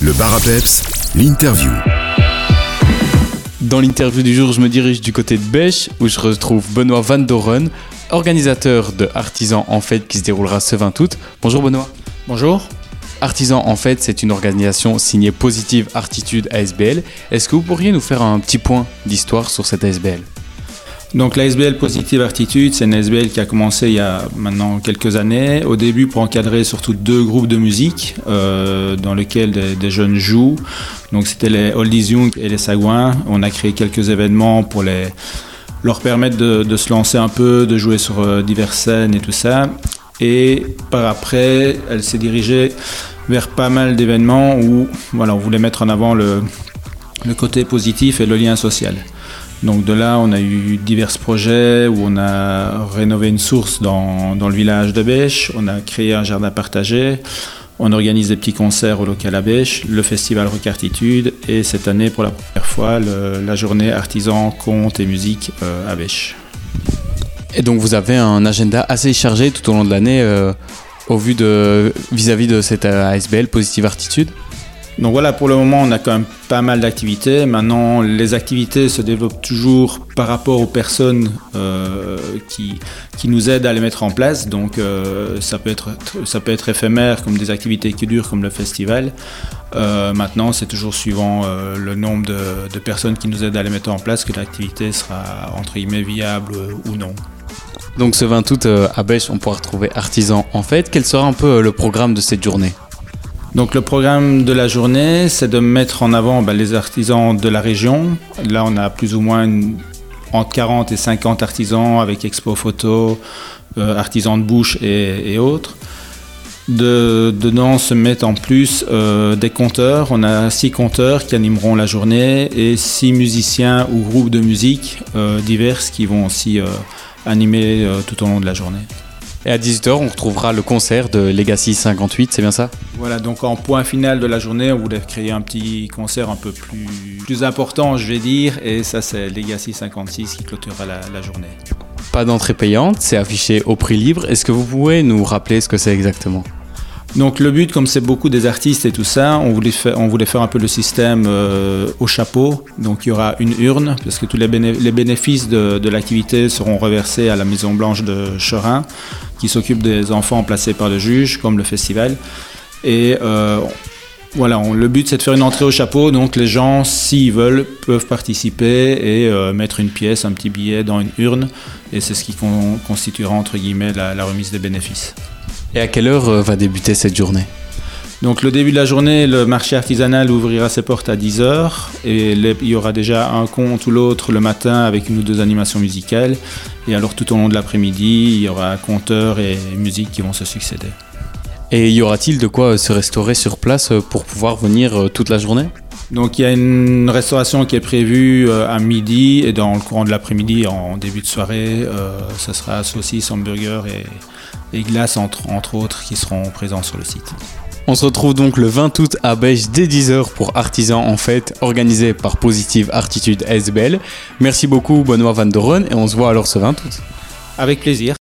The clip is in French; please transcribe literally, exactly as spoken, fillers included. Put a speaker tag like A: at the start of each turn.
A: Le bar à peps, l'interview.
B: Dans l'interview du jour, je me dirige du côté de Bèche, où je retrouve Benoît Van Doren, organisateur de Artisans en Fête qui se déroulera ce vingt août. Bonjour Benoît.
C: Bonjour.
B: Artisans en Fête, c'est une organisation signée Positive Artitude A S B L. Est-ce que vous pourriez nous faire un petit point d'histoire sur cette A S B L ?
C: Donc l'A S B L Positive Artitude, c'est une A S B L qui a commencé il y a maintenant quelques années. Au début pour encadrer surtout deux groupes de musique euh, dans lesquels des, des jeunes jouent. Donc c'était les Oldies Young et les Sagouins. On a créé quelques événements pour les, leur permettre de, de se lancer un peu, de jouer sur euh, diverses scènes et tout ça. Et par après, elle s'est dirigée vers pas mal d'événements où voilà, on voulait mettre en avant le, le côté positif et le lien social. Donc de là, on a eu divers projets où on a rénové une source dans, dans le village de Bèche, on a créé un jardin partagé, on organise des petits concerts au local à Bèche, le festival Rock Artitude et cette année, pour la première fois, le, la journée artisans, contes et musique euh, à Bèche.
B: Et donc vous avez un agenda assez chargé tout au long de l'année euh, au vu de, vis-à-vis de cette A S B L Positive Artitude.
C: Donc voilà, pour le moment, on a quand même pas mal d'activités. Maintenant, les activités se développent toujours par rapport aux personnes euh, qui, qui nous aident à les mettre en place. Donc euh, ça peut être, ça peut être éphémère, comme des activités qui durent, comme le festival. Euh, maintenant, c'est toujours suivant euh, le nombre de, de personnes qui nous aident à les mettre en place que l'activité sera, entre guillemets, viable euh, ou non.
B: Donc ce vingt août, euh, à Bèche, on pourra retrouver Artisans en Fête. Quel sera un peu euh, le programme de cette journée ?
C: Donc le programme de la journée, c'est de mettre en avant bah, les artisans de la région. Là, on a plus ou moins une, entre quarante et cinquante artisans avec expo photo, euh, artisans de bouche et, et autres. De, dedans se mettent en plus euh, des conteurs. On a six conteurs qui animeront la journée et six musiciens ou groupes de musique euh, divers qui vont aussi euh, animer euh, tout au long de la journée.
B: Et à dix-huit heures, on retrouvera le concert de Legacy cinquante-huit, c'est bien ça ?
C: Voilà, donc en point final de la journée, on voulait créer un petit concert un peu plus, plus important, je vais dire, et ça c'est Legacy cinquante-six qui clôturera la, la journée.
B: Pas d'entrée payante, c'est affiché au prix libre. Est-ce que vous pouvez nous rappeler ce que c'est exactement ?
C: Donc le but, comme c'est beaucoup des artistes et tout ça, on voulait faire, on voulait faire un peu le système euh, au chapeau. Donc il y aura une urne, parce que tous les, béné- les bénéfices de, de l'activité seront reversés à la Maison Blanche de Chorin, qui s'occupe des enfants placés par le juge, comme le festival. Et euh, voilà, on, le but c'est de faire une entrée au chapeau, donc les gens, s'ils veulent, peuvent participer et euh, mettre une pièce, un petit billet dans une urne, et c'est ce qui con- constituera entre guillemets la, la remise des bénéfices.
B: Et à quelle heure euh, va débuter cette journée ?
C: Donc le début de la journée, le marché artisanal ouvrira ses portes à dix heures et les, il y aura déjà un conte ou l'autre le matin avec une ou deux animations musicales. Et alors tout au long de l'après-midi, il y aura conteur et musique qui vont se succéder.
B: Et y aura-t-il de quoi se restaurer sur place pour pouvoir venir toute la journée ?
C: Donc il y a une restauration qui est prévue à midi et dans le courant de l'après-midi, en début de soirée, euh, ce sera saucisses, hamburgers et, et glaces entre, entre autres qui seront présents sur le site.
B: On se retrouve donc le vingt août à Bèche dès dix heures pour Artisans en Fête, organisé par Positive Artitude A S B L. Merci beaucoup Benoît Van Doren et on se voit alors ce vingt août.
C: Avec plaisir.